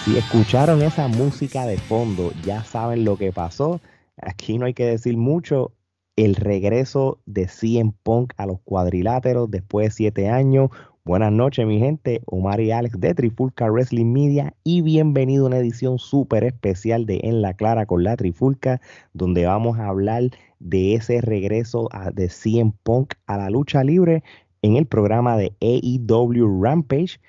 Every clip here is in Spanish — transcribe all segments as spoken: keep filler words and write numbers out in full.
Si escucharon esa música de fondo, ya saben lo que pasó. Aquí no hay que decir mucho. El regreso de C M Punk a los cuadriláteros después de siete años. Buenas noches, mi gente. Omar y Alex de Trifulca Wrestling Media y bienvenido a una edición súper especial de En la Clara con la Trifulca, donde vamos a hablar de ese regreso a, de C M Punk a la lucha libre en el programa de A E W Rampage.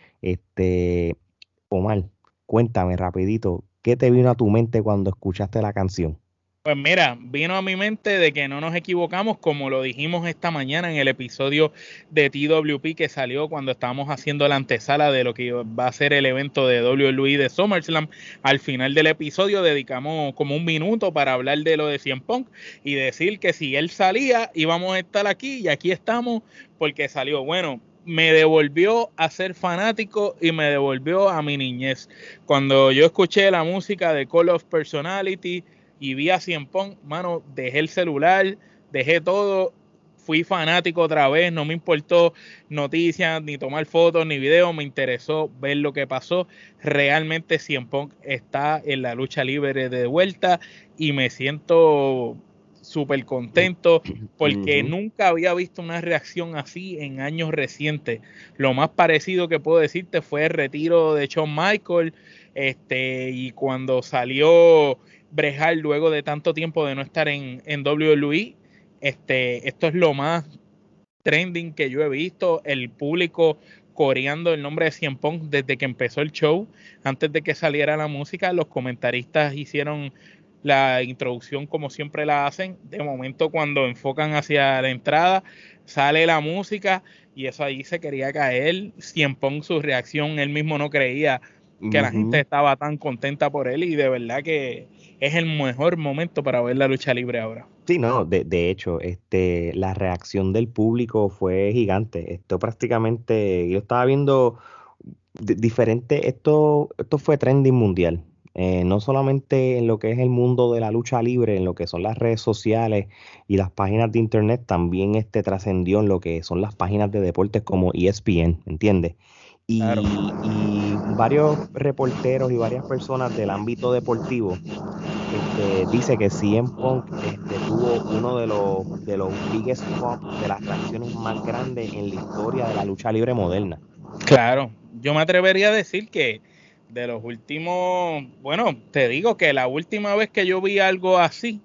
Este, Omar, cuéntame rapidito, ¿qué te vino a tu mente cuando escuchaste la canción? Pues mira, vino a mi mente de que no nos equivocamos, como lo dijimos esta mañana en el episodio de T W P que salió cuando estábamos haciendo la antesala de lo que va a ser el evento de W W E de SummerSlam. Al final del episodio dedicamos como un minuto para hablar de lo de C M Punk y decir que si él salía íbamos a estar aquí, y aquí estamos porque salió. Bueno, me devolvió a ser fanático y me devolvió a mi niñez. Cuando yo escuché la música de Call of Personality y vi a C M Punk, mano, dejé el celular, dejé todo, fui fanático otra vez, no me importó noticias, ni tomar fotos, ni videos, me interesó ver lo que pasó. Realmente C M Punk está en la lucha libre de vuelta y me siento súper contento porque Uh-huh. nunca había visto una reacción así en años recientes. Lo más parecido que puedo decirte fue el retiro de Shawn Michaels, este, y cuando salió Bret Hart luego de tanto tiempo de no estar en, en W W E. Este, esto es lo más trending que yo he visto, el público coreando el nombre de C M Punk desde que empezó el show. Antes de que saliera la música, los comentaristas hicieron la introducción como siempre la hacen. De momento, cuando enfocan hacia la entrada, sale la música y eso ahí se quería caer. C M Punk, su reacción, él mismo no creía que la gente Uh-huh. estaba tan contenta por él, y de verdad que es el mejor momento para ver la lucha libre ahora. Sí, no, de, de hecho, este, la reacción del público fue gigante. Esto prácticamente, yo estaba viendo di- diferente, esto, esto fue trending mundial. Eh, no solamente en lo que es el mundo de la lucha libre, en lo que son las redes sociales y las páginas de internet, también este trascendió en lo que son las páginas de deportes como E S P N, ¿entiendes? Claro. Y, y varios reporteros y varias personas del ámbito deportivo este, dice que C M Punk este, tuvo uno de los, de los biggest pop, de las reacciones más grandes en la historia de la lucha libre moderna. Claro, yo me atrevería a decir que de los últimos, bueno, te digo que la última vez que yo vi algo así,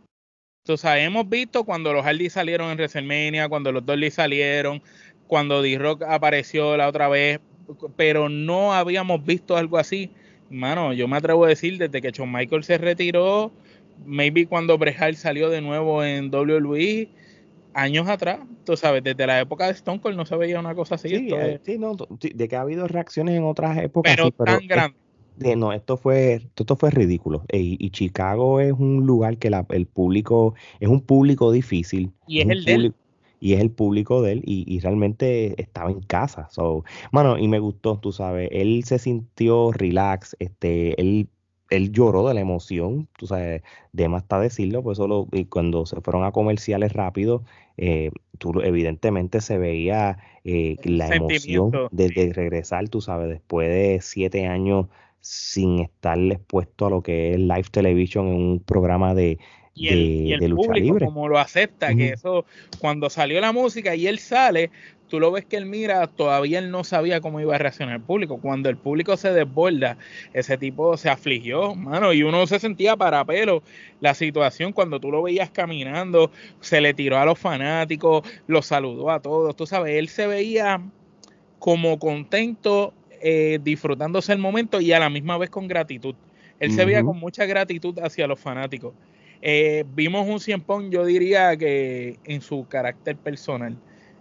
o sea, hemos visto cuando los Hardy salieron en WrestleMania, cuando los Dudley salieron, cuando D-Rock apareció la otra vez, pero no habíamos visto algo así. Mano, yo me atrevo a decir desde que Shawn Michaels se retiró, maybe cuando Bret Hart salió de nuevo en W W E, años atrás, tú sabes, desde la época de Stone Cold no se veía una cosa así. Sí, Esto eh, es, sí, no, to- sí, de que ha habido reacciones en otras épocas, pero sí, pero tan es- grande. de, no, esto fue, esto, esto fue ridículo. E- Y, y Chicago es un lugar que la- el público, es un público difícil, Y es es un el de él. público, y es el público de él, y, y realmente estaba en casa. So, mano, y me gustó, tú sabes, él se sintió relax, este, él, él lloró de la emoción, tú sabes, de más está decirlo, pues solo, y cuando se fueron a comerciales rápido, eh, tú, evidentemente se veía eh, El la emoción sentimiento. de, de regresar, tú sabes, después de siete años sin estar expuesto a lo que es live television en un programa de, Y el, y de, el de lucha público, libre. como lo acepta, que Ujú. eso, cuando salió la música y él sale, tú lo ves que él mira, todavía él no sabía cómo iba a reaccionar el público. Cuando el público se desborda, ese tipo se afligió, mano, y uno se sentía para pelo la situación cuando tú lo veías caminando, se le tiró a los fanáticos, los saludó a todos, tú sabes, él se veía como contento, eh, disfrutándose el momento y a la misma vez con gratitud. Él se veía Ujú. con mucha gratitud hacia los fanáticos. Eh, vimos un C M Punk, yo diría que en su carácter personal,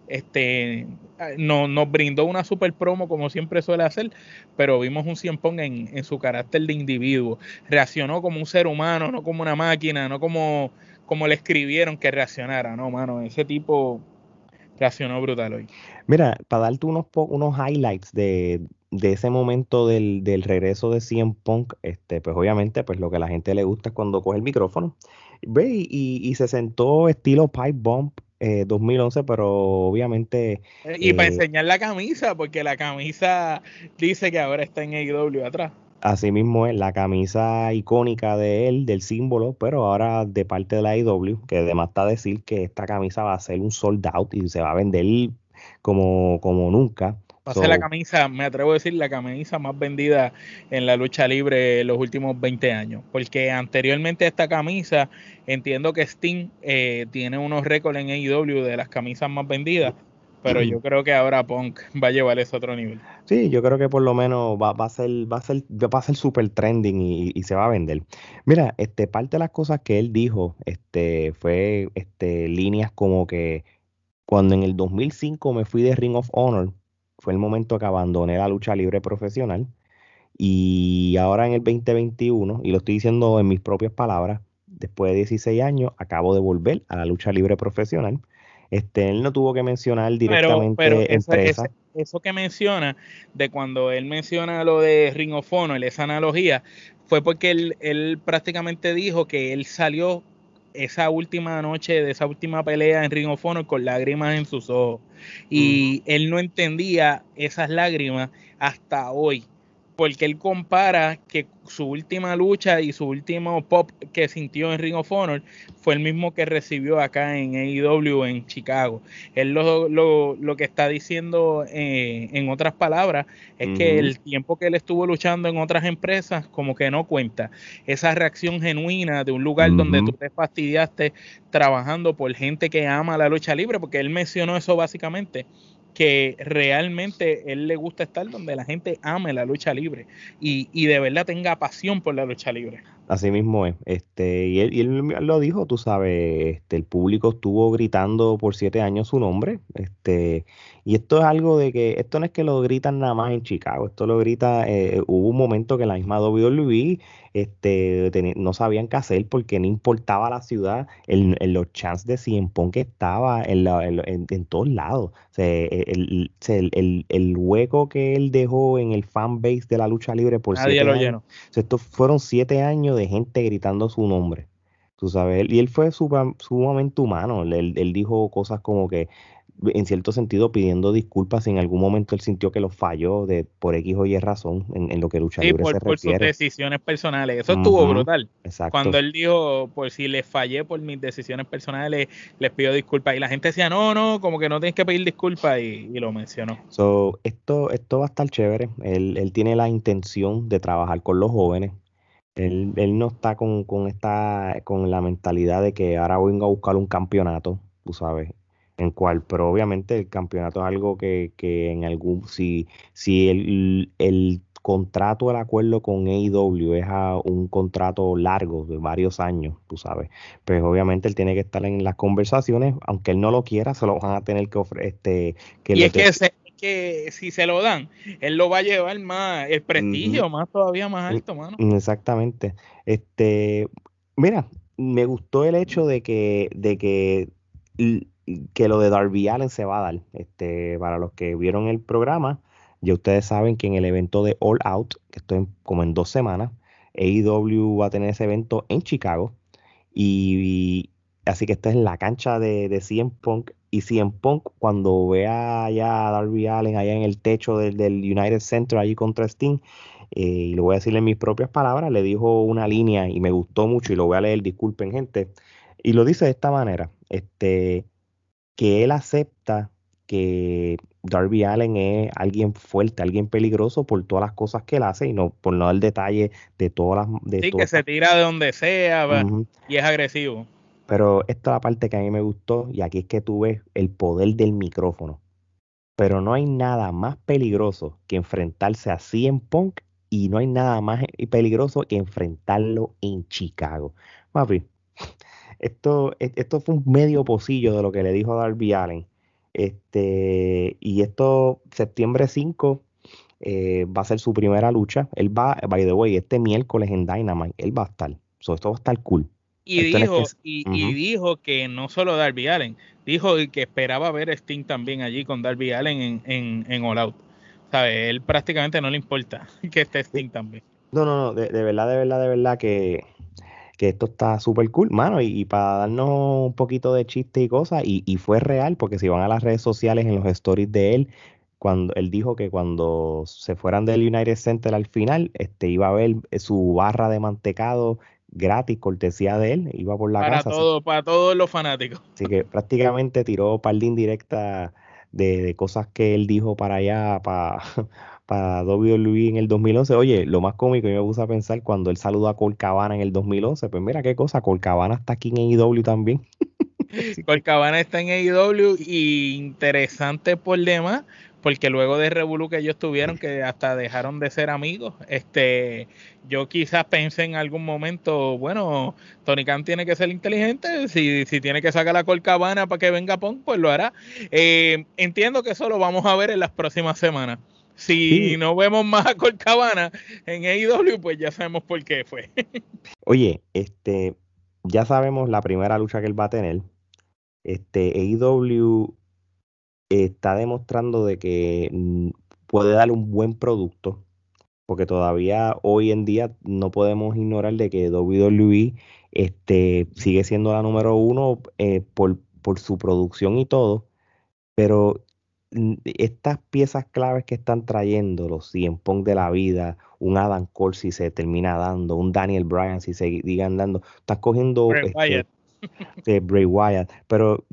este, no, nos brindó una super promo como siempre suele hacer, pero vimos un C M Punk en, en su carácter de individuo. Reaccionó como un ser humano, no como una máquina, no como, como le escribieron que reaccionara, no, mano, ese tipo reaccionó brutal hoy. Mira, para darte unos, po- unos highlights de, de ese momento del, del regreso de C M Punk, este, pues obviamente pues lo que a la gente le gusta es cuando coge el micrófono, ve y, y- y se sentó estilo Pipe Bomb eh, dos mil once, pero obviamente Y para eh, enseñar la camisa, porque la camisa dice que ahora está en A E W atrás. Así mismo es la camisa icónica de él, del símbolo, pero ahora de parte de la A E W, que además está decir que esta camisa va a ser un sold out y se va a vender como, como nunca. Va a ser la So, camisa, me atrevo a decir, la camisa más vendida en la lucha libre en los últimos veinte años. Porque anteriormente a esta camisa, entiendo que Sting eh, tiene unos récords en A E W de las camisas más vendidas, pero yo creo que ahora Punk va a llevar eso a otro nivel. sí, yo creo que por lo menos va, va a ser, va a ser, va a ser super trending y, y se va a vender. Mira, este, parte de las cosas que él dijo, este, fue, este, líneas como que cuando en el dos mil cinco me fui de Ring of Honor, fue el momento que abandoné la lucha libre profesional. Y ahora en el dos mil veintiuno, y lo estoy diciendo en mis propias palabras, después de dieciséis años, acabo de volver a la lucha libre profesional. Este, él no tuvo que mencionar Pero, pero directamente eso, ese- empresa. eso que menciona, de cuando él menciona lo de Ring of Honor, esa analogía, fue porque él, él prácticamente dijo que él salió esa última noche de esa última pelea en Ring of Honor con lágrimas en sus ojos. Ujú, Y él no entendía esas lágrimas hasta hoy, porque él compara que su última lucha y su último pop que sintió en Ring of Honor fue el mismo que recibió acá en A E W en Chicago. Él lo, lo, lo que está diciendo eh, en otras palabras es que ujú, el tiempo que él estuvo luchando en otras empresas como que no cuenta. Esa reacción genuina de un lugar donde tú ujú. te fastidiaste trabajando por gente que ama la lucha libre, porque él mencionó eso básicamente, que realmente él le gusta estar donde la gente ame la lucha libre y, y de verdad tenga pasión por la lucha libre. Así mismo es. Este, y él, y él lo dijo, tú sabes, este, el público estuvo gritando por siete años su nombre. Este, y esto es algo de que, esto no es que lo gritan nada más en Chicago, esto lo grita, eh, hubo un momento que la misma W W E, este, teni- no sabían qué hacer porque no importaba la ciudad, en, en los chants de C M Punk estaba en, la- en, en- en todos lados. O sea, el, el, el, el- el hueco que él dejó en el fan base de la lucha libre por Nadie siete lo años llenó. sea, estos fueron siete años de gente gritando su nombre, tú sabes, él- y él fue supa- sumamente humano, él, él- él dijo cosas como que, en cierto sentido, pidiendo disculpas si en algún momento él sintió que lo falló de, por X o Y razón en, en lo que lucha Sí, libre por, se por sus refiere. decisiones personales. Eso estuvo Ujú, brutal. Cuando exacto. él dijo, por si les fallé por mis decisiones personales, les pido disculpas. Y la gente decía, no, no, como que no tienes que pedir disculpas. Y, y lo mencionó. So, esto, esto va a estar chévere. Él, él tiene la intención de trabajar con los jóvenes. Él, él no está con, con esta, con la mentalidad de que ahora vengo a buscar un campeonato, tú sabes, en cual, pero obviamente el campeonato es algo que, que en algún, si, si el, el contrato, el acuerdo con A E W es a un contrato largo de varios años, tú sabes, pues obviamente él tiene que estar en las conversaciones, aunque él no lo quiera, se lo van a tener que ofrecer, este, que Y lo es te- que, se, es que si se lo dan, él lo va a llevar más, el Ujú. prestigio más todavía más Mm, alto, mano. mm, Exactamente. Este, mira, me gustó el hecho de que, de que, l- que lo de Darby Allin se va a dar. Este, para los que vieron el programa, ya ustedes saben que en el evento de All Out, que esto en- como en dos semanas, A E W va a tener ese evento en Chicago. Y, así que esta es la cancha de, de C M Punk. Y C M Punk, cuando vea allá a Darby Allin allá en el techo del, del United Center, allí contra Sting, eh, y lo voy a decir en mis propias palabras, le dijo una línea y me gustó mucho y lo voy a leer, disculpen gente, y lo dice de esta manera, este, que él acepta que Darby Allin es alguien fuerte, alguien peligroso por todas las cosas que él hace y no por no dar detalle de todas las de Sí, que todas se estas. tira de donde sea va, Ujú. y es agresivo. Pero esta es la parte que a mí me gustó y aquí es que tú ves el poder del micrófono. Pero no hay nada más peligroso que enfrentarse a C M Punk y no hay nada más e- peligroso que enfrentarlo en Chicago. Papi, esto, e- esto fue un medio pocillo de lo que le dijo Darby Allin. Este, y esto, septiembre cinco, eh, va a ser su primera lucha. Él va, by the way, este miércoles en Dynamite, él va a estar. So, esto va a estar cool. Y Esto no es que dijo, es. y, y Ujú. dijo que no solo Darby Allen, dijo que esperaba ver a Sting también allí con Darby Allen en, en, en All Out. ¿Sabe? Él prácticamente no le importa que esté Sí. Sting también. No, no, no, de, de verdad, de verdad, de verdad que, que esto está súper cool, mano, y, y para darnos un poquito de chiste y cosas, y, y fue real, porque si van a las redes sociales, en los stories de él, cuando él dijo que cuando se fueran del United Center al final, este, iba a haber su barra de mantecado gratis, cortesía de él, iba por la Para casa. Así, todo, para todos los fanáticos. así que prácticamente tiró un par de indirectas de, de cosas que él dijo para allá, para, para W W E en el dos mil once. Oye, lo más cómico, yo me puse a pensar cuando él saludó a Colt Cabana en el dos mil once, pues mira qué cosa, Colt Cabana está aquí en A E W también. Así que, Colt Cabana está en A E W y interesante por demás, porque luego de Revolu que ellos tuvieron, que hasta dejaron de ser amigos, este, yo quizás pensé en algún momento, bueno, Tony Khan tiene que ser inteligente, si, si tiene que sacar a Colt Cabana para que venga Punk, pues lo hará. Eh, entiendo que eso lo vamos a ver en las próximas semanas. Si sí, no vemos más a Colt Cabana en A E W, pues ya sabemos por qué fue. oye, este, ya sabemos la primera lucha que él va a tener. Este, A E W está demostrando de que mm, puede dar un buen producto, porque todavía hoy en día no podemos ignorar de que W W E este, sigue siendo la número uno eh, por, por su producción y todo, pero mm, estas piezas claves que están trayendo, los C M Punk de la vida, un Adam Cole si se termina dando, un Daniel Bryan si se digan dando, estás cogiendo Bray este, Wyatt. de Bray Wyatt, pero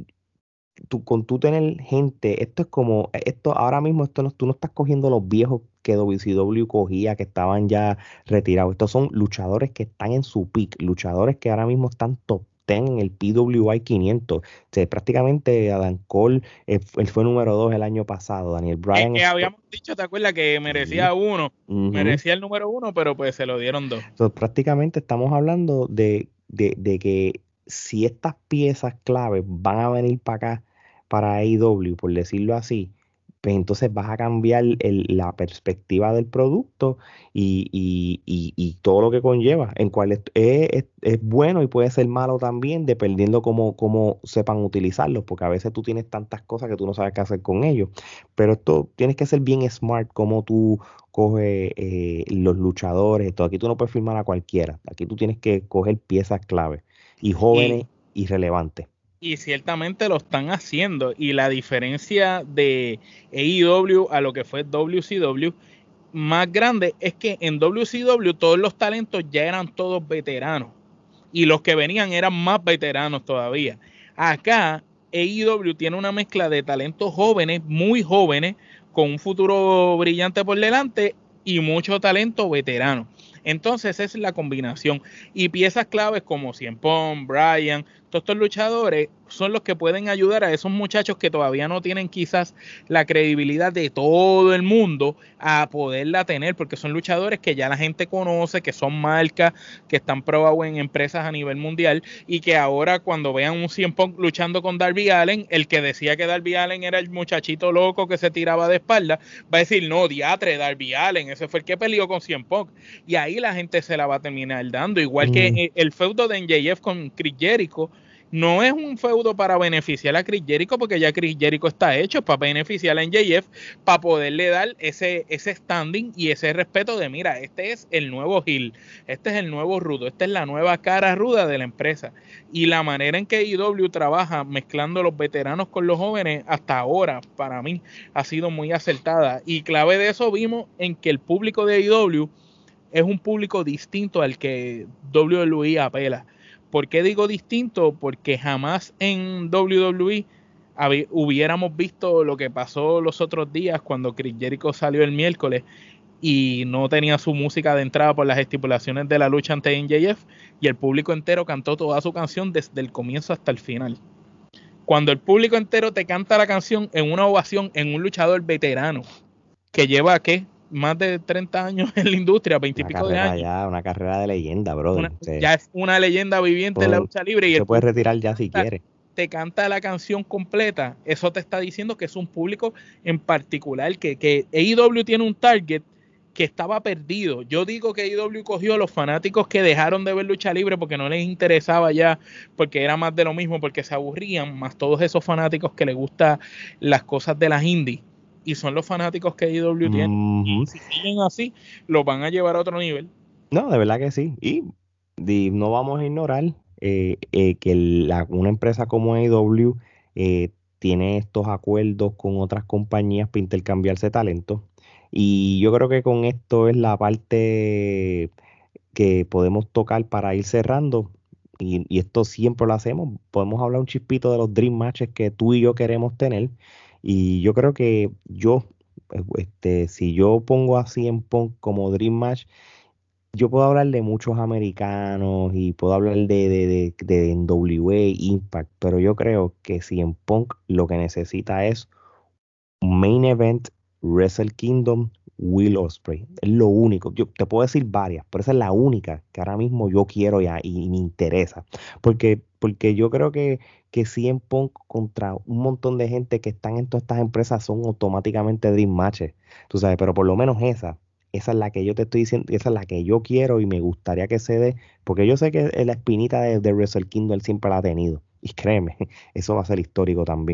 tú, con tú tener gente, esto es como, esto ahora mismo, esto no, tú no estás cogiendo los viejos que W C W cogía, que estaban ya retirados. Estos son luchadores que están en su peak, luchadores que ahora mismo están top diez en el P W I quinientos. O sea, prácticamente Adam Cole, eh, él fue número dos el año pasado. Daniel Que, Bryan que es habíamos dicho, ¿te acuerdas? Que sí. merecía uno, Ujú. merecía el número uno, pero pues se lo dieron dos. Entonces, prácticamente estamos hablando de, de, de que si estas piezas claves van a venir para acá, para A E W, por decirlo así, pues entonces vas a cambiar el- la perspectiva del producto y, y- y- y todo lo que conlleva, en cual es, es- es- es bueno y puede ser malo también, dependiendo cómo, cómo sepan utilizarlos, porque a veces tú tienes tantas cosas que tú no sabes qué hacer con ellos. Pero esto tienes que ser bien smart, como tú coge eh, los luchadores, esto. Aquí tú no puedes firmar a cualquiera. Aquí tú tienes que coger piezas clave y jóvenes Y, y relevantes. y ciertamente lo están haciendo. Y la diferencia de A E W a lo que fue W C W más grande es que en W C W todos los talentos ya eran todos veteranos. Y los que venían eran más veteranos todavía. Acá A E W tiene una mezcla de talentos jóvenes, muy jóvenes, con un futuro brillante por delante y mucho talento veterano. Entonces esa es la combinación. Y piezas claves como C M Punk, Bryan, todos estos luchadores son los que pueden ayudar a esos muchachos que todavía no tienen quizás la credibilidad de todo el mundo a poderla tener, porque son luchadores que ya la gente conoce, que son marcas, que están probados en empresas a nivel mundial y que ahora cuando vean un C M Punk luchando con Darby Allin, el que decía que Darby Allin era el muchachito loco que se tiraba de espalda, va a decir, no, diatre, Darby Allin, ese fue el que peleó con C M Punk. Y ahí la gente se la va a terminar dando, igual Mm, que el feudo de M J F con Chris Jericho. No es un feudo para beneficiar a Chris Jericho, porque ya Chris Jericho está hecho, es para beneficiar a M J F, para poderle dar ese, ese standing y ese respeto de, mira, este es el nuevo heel, este es el nuevo rudo, esta es la nueva cara ruda de la empresa. Y la manera en que A E W trabaja mezclando los veteranos con los jóvenes, hasta ahora, para mí, ha sido muy acertada. Y clave de eso vimos en que el público de A E W es un público distinto al que W W E apela. ¿Por qué digo distinto? Porque jamás en W W E hab- hubiéramos visto lo que pasó los otros días cuando Chris Jericho salió el miércoles y no tenía su música de entrada por las estipulaciones de la lucha ante M J F y el público entero cantó toda su canción desde el comienzo hasta el final. Cuando el público entero te canta la canción en una ovación en un luchador veterano que lleva, ¿qué? Más de treinta años en la industria, veinte y una pico de carrera años, ya, una carrera de leyenda, brother. una, O sea, ya es una leyenda viviente en la puede- lucha libre y el se puede público retirar te ya si canta, quiere. te canta la canción completa. Eso te está diciendo que es un público en particular, que, que A E W tiene un target que estaba perdido. Yo digo que A E W cogió a los fanáticos que dejaron de ver lucha libre porque no les interesaba ya, porque era más de lo mismo, porque se aburrían, más todos esos fanáticos que les gustan las cosas de las indies. Y son los fanáticos que A E W tiene. Ujú. Y si siguen así, los van a llevar a otro nivel. No, de verdad que sí. Y, y no vamos a ignorar eh, eh, que la- una empresa como A E W eh, tiene estos acuerdos con otras compañías para intercambiarse talento. Y yo creo que con esto es la parte que podemos tocar para ir cerrando. Y, y esto siempre lo hacemos. Podemos hablar un chispito de los Dream Matches que tú y yo queremos tener. Y yo creo que yo, eh, este, si yo pongo a C M Punk como Dream Match, yo puedo hablar de muchos americanos y puedo hablar de, de, de, de N W A, Impact, pero yo creo que C M Punk lo que necesita es un main event, Wrestle Kingdom, Will Ospreay. Es lo único. Yo te puedo decir varias, pero esa es la única que ahora mismo yo quiero ya y, y me interesa. Porque, porque yo creo que, que C M Punk contra un montón de gente que están en todas estas empresas son automáticamente Dream Matches. Tú sabes, pero por lo menos esa. Esa es la que yo te estoy diciendo, esa es la que yo quiero y me gustaría que se dé, porque yo sé que la espinita de, de Wrestle Kingdom él siempre la ha tenido. Y créeme, eso va a ser histórico también.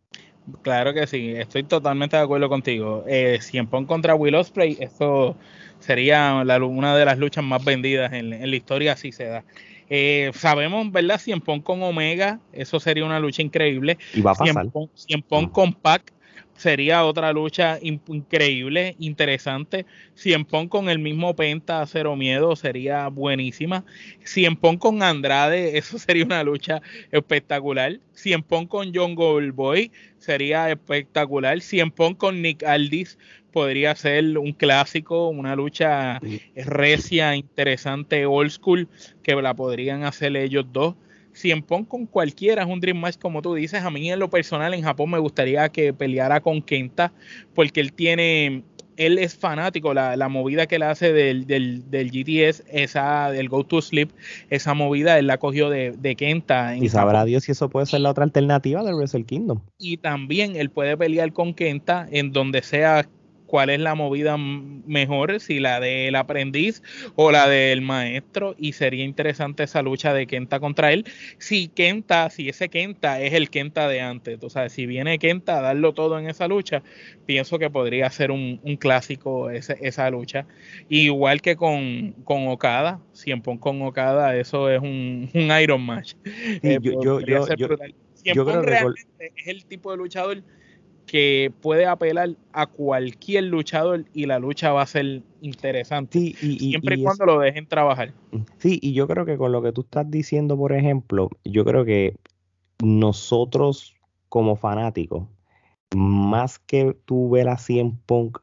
Claro que sí, estoy totalmente de acuerdo contigo. Eh, C M Punk contra Will Ospreay, esto sería la, una de las luchas más vendidas en, en la historia, si se da. Eh, sabemos, ¿verdad? C M Punk con Omega, eso sería una lucha increíble. Y va a C M pasar. Punk, C M Punk con Pac sería otra lucha in- increíble, interesante. C M Punk con el mismo Penta, Cero Miedo, sería buenísima. C M Punk con Andrade, eso sería una lucha espectacular. C M Punk con John Goldboy sería espectacular. C M Punk con Nick Aldis podría ser un clásico, una lucha recia, interesante, old school, que la podrían hacer ellos dos. C M Punk con cualquiera es un Dream Match, como tú dices. A mí en lo personal en Japón me gustaría que peleara con Kenta, porque él tiene, él es fanático, la, la movida que él hace del, del, del G T S, esa del Go to Sleep, esa movida él la cogió de, de Kenta en Y sabrá Japón. Dios si eso puede ser la otra alternativa del Wrestle Kingdom. Y también él puede pelear con Kenta en donde sea cuál es la movida mejor, si la del aprendiz o la del maestro, y sería interesante esa lucha de Kenta contra él. Si Kenta, si ese Kenta es el Kenta de antes, tú sabes, si viene Kenta a darlo todo en esa lucha, pienso que podría ser un, un clásico ese, esa lucha. Igual que con, con Okada, siempre con Okada, eso es un, un Iron Match. Sí, Eh, yo, yo, podría yo, ser yo, brutal. yo Punk creo que con, realmente es el tipo de luchador que puede apelar a cualquier luchador y la lucha va a ser interesante, sí, y, y, siempre y y es, cuando lo dejen trabajar. sí, y yo creo que con lo que tú estás diciendo, por ejemplo, yo creo que nosotros como fanáticos, más que tú ver a C M Punk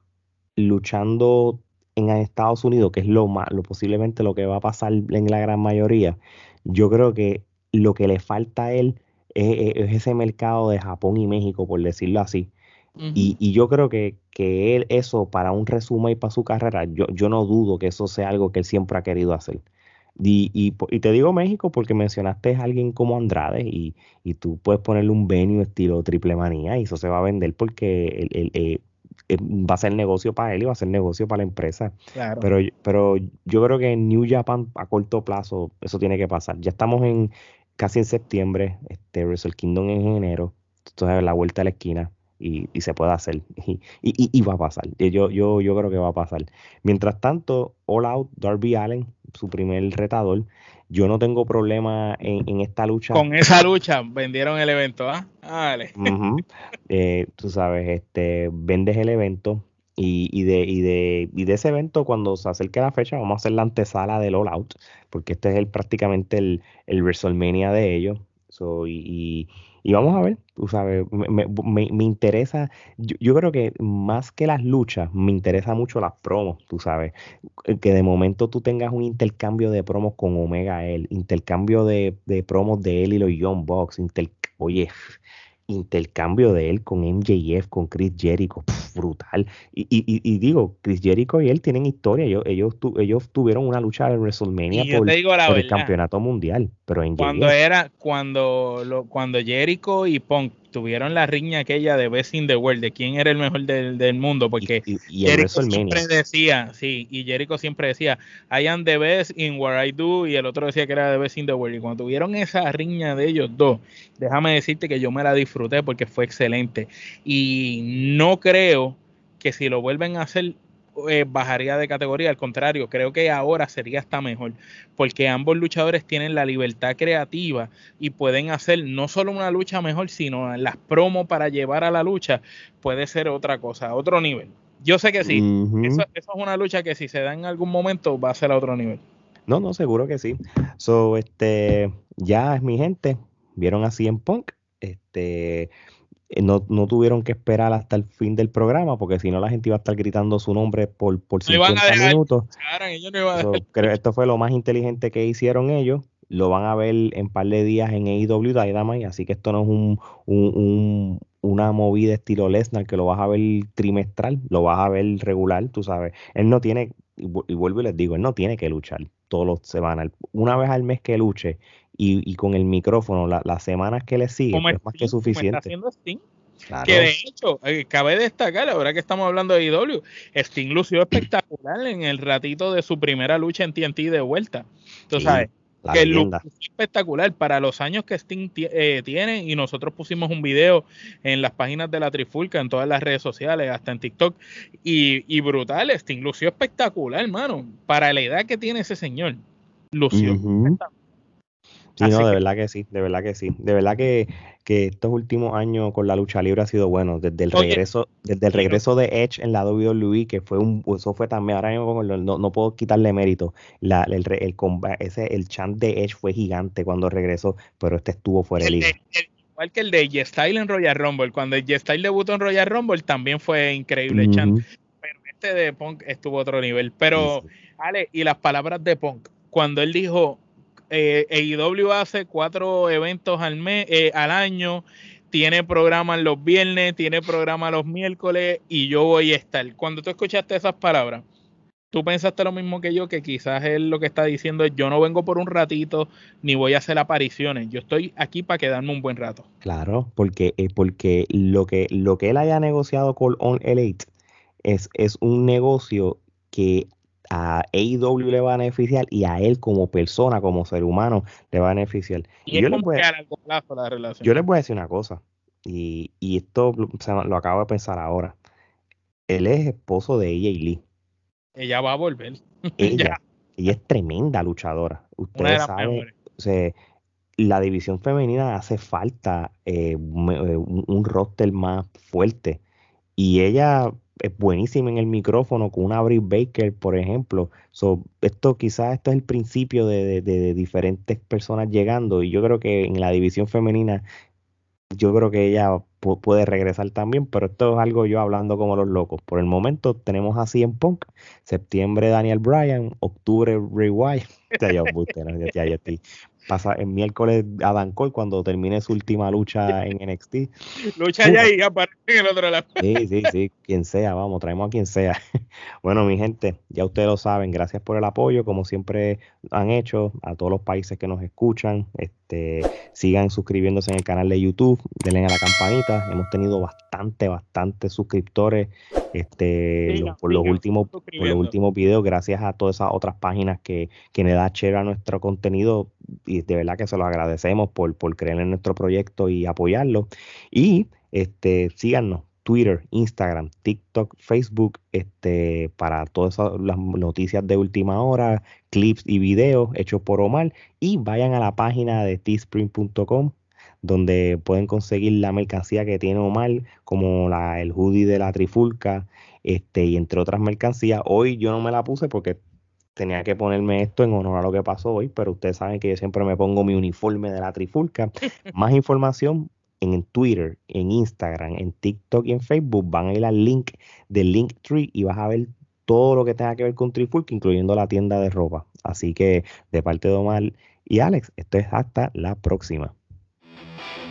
luchando en Estados Unidos, que es lo más, lo posiblemente lo que va a pasar en la gran mayoría, yo creo que lo que le falta a él es, es ese mercado de Japón y México, por decirlo así. Uh-huh. Y, y yo creo que, que él, eso para un resumen y para su carrera, yo, yo no dudo que eso sea algo que él siempre ha querido hacer. Y, y, po- y te digo México porque mencionaste a alguien como Andrade y, y tú puedes ponerle un venue estilo Triple Manía y eso se va a vender porque el, el, eh, eh, va a ser negocio para él y va a ser negocio para la empresa. Claro. Pero, pero yo creo que en New Japan a corto plazo eso tiene que pasar. Ya estamos en casi en septiembre, este Wrestle Kingdom en enero, entonces a la vuelta de la esquina y, y se puede hacer y, y, y- y va a pasar. Y Yo, yo, yo creo que va a pasar. Mientras tanto, All Out, Darby Allin, su primer retador, yo no tengo problema en, en esta lucha. Con esa lucha vendieron el evento, ¿ah? Vale. Ujú. Eh, tú sabes, este, vendes el evento y, y de, y, de, y de ese evento, cuando se acerque la fecha, vamos a hacer la antesala del All Out, porque este es el, prácticamente el, el WrestleMania de ellos. So, y, y, y vamos a ver, tú sabes, me, me, me- me interesa, yo, yo creo que más que las luchas, me interesa mucho las promos, tú sabes, eh, que de momento tú tengas un intercambio de promos con Omega él, intercambio de, de promos de él y los Young Bucks, inter- oye, intercambio de él con M J F, con Chris Jericho, pf, brutal. Y, y, y, y digo, Chris Jericho y él tienen historia. Ellos, ellos, tu- ellos tuvieron una lucha en WrestleMania Y yo por, te digo la por el verdad, campeonato mundial, pero cuando M J F. era, cuando lo, cuando Jericho y Punk tuvieron la riña aquella de Best in the World, de quién era el mejor del, del mundo, Y, porque y, y en Jericho siempre WrestleMania. decía, sí, y Jericho siempre decía, I am the best in what I do, y el otro decía que era the best in the world. Y cuando tuvieron esa riña de ellos dos, déjame decirte que yo me la disfruté porque fue excelente. Y no creo que si lo vuelven a hacer eh, bajaría de categoría. Al contrario, creo que ahora sería hasta mejor, porque ambos luchadores tienen la libertad creativa y pueden hacer no solo una lucha mejor, sino las promos para llevar a la lucha puede ser otra cosa, otro nivel. Yo sé que sí, Uh-huh. eso, eso es una lucha que si se da en algún momento va a ser a otro nivel. No, no, seguro que sí. So, este, ya es mi gente, vieron a C M Punk, este, eh, no, no tuvieron que esperar hasta el fin del programa, porque si no la gente iba a estar gritando su nombre por, por No iban a cincuenta dejar, minutos. Charan, ellos no iban a So, dejar. creo que esto fue lo más inteligente que hicieron ellos. Lo van a ver en par de días en A E W Dynamite, así que esto no es un, un- un- una movida estilo Lesnar que lo vas a ver trimestral, lo vas a ver regular, tú sabes. Él no tiene, y vu- y vuelvo y les digo, él no tiene que luchar todos los semanas. Una vez al mes que luche y, y con el micrófono, la- las semanas que le siguen, Como es más que Sting, como está suficiente. haciendo Sting. Que Claro. de hecho, eh, cabe destacar, ahora que estamos hablando de I W, Sting lució espectacular en el ratito de su primera lucha en T N T de vuelta. Tú Sí, sabes, la que leyenda. lució espectacular para los años que Sting ti- eh, tiene, y nosotros pusimos un video en las páginas de la Trifulca, en todas las redes sociales, hasta en TikTok, y, y brutal, Sting lució espectacular, hermano, para la edad que tiene ese señor, lució Ujú. espectacular. Sí, Así no, de que verdad que sí, de verdad que sí. De verdad que, que estos últimos años con la lucha libre ha sido bueno. Desde el Oye, regreso, desde el y no- regreso de Edge en la W W E, que fue un, eso fue también, ahora mismo no, no, no puedo quitarle mérito. La, el, re- el, comba- ese, el chant de Edge fue gigante cuando regresó, pero este estuvo fuera de el liga. de- el- igual que el de G-Style en Royal Rumble, cuando el G-Style debutó en Royal Rumble también fue increíble el chant, Ujú. pero este de Punk estuvo a otro nivel. Sí, Pero, sí. Ale, y las palabras de Punk, cuando él dijo, eh, A E W hace cuatro eventos al mes, eh, al año, tiene programas los viernes, tiene programas los miércoles, y yo voy a estar. Cuando tú escuchaste esas palabras, ¿tú pensaste lo mismo que yo? Que quizás él lo que está diciendo es: yo no vengo por un ratito, ni voy a hacer apariciones, yo estoy aquí para quedarme un buen rato. Claro, porque, eh, porque lo que, lo que él haya negociado con On Elite es, es un negocio que a A E W le va a beneficiar y a él como persona, como ser humano, le va a beneficiar. Y Y es yo les como voy que a, a largo plazo la yo relación. les voy a decir una cosa, y, y esto lo, se me- lo acabo de pensar ahora. Él es esposo de A J Lee. Ella va a volver. Ya, Ella, ella es tremenda luchadora. una de Ustedes las saben, mejores. o sea, la división femenina hace falta eh, un, eh, un- un roster más fuerte. Y ella es buenísima en el micrófono con una Britt Baker, por ejemplo. So, esto quizás esto es el principio de, de- de- de diferentes personas llegando. Y yo creo que en la división femenina, yo creo que ella pu- puede regresar también, pero esto es algo yo hablando como los locos. Por el momento tenemos a C M Punk, septiembre Daniel Bryan, octubre Bray Wyatt. Ya, yo, embuste, ¿no? Ya, ya estoy- Pasa el miércoles Adam Cole cuando termine su última lucha en N X T. Lucha Uf, ya y aparece en el otro lado. sí, sí, sí, quien sea, vamos, traemos a quien sea. Bueno, mi gente, ya ustedes lo saben, gracias por el apoyo, como siempre han hecho, a todos los países que nos escuchan, este, sigan suscribiéndose en el canal de YouTube, denle a la campanita, hemos tenido bastante, bastante suscriptores, este, lo- Sigan, por los sigan, últimos, sigan por los suscribiendo. últimos videos, gracias a todas esas otras páginas que, que le da share a nuestro contenido, y de verdad que se los agradecemos por, por creer en nuestro proyecto y apoyarlo. Y este, síganos, Twitter, Instagram, TikTok, Facebook, este, para todas esas- las noticias de última hora, clips y videos hechos por Omar. Y vayan a la página de teespring punto com, donde pueden conseguir la mercancía que tiene Omar, como la, el hoodie de la Trifulca, este, y entre otras mercancías. Hoy yo no me la puse porque tenía que ponerme esto en honor a lo que pasó hoy, pero ustedes saben que yo siempre me pongo mi uniforme de la Trifulca. Más información en Twitter, en Instagram, en TikTok y en Facebook. Van a ir al link del Linktree y vas a ver todo lo que tenga que ver con Trifulca, incluyendo la tienda de ropa. Así que de parte de Omar y Alex, esto es hasta la próxima.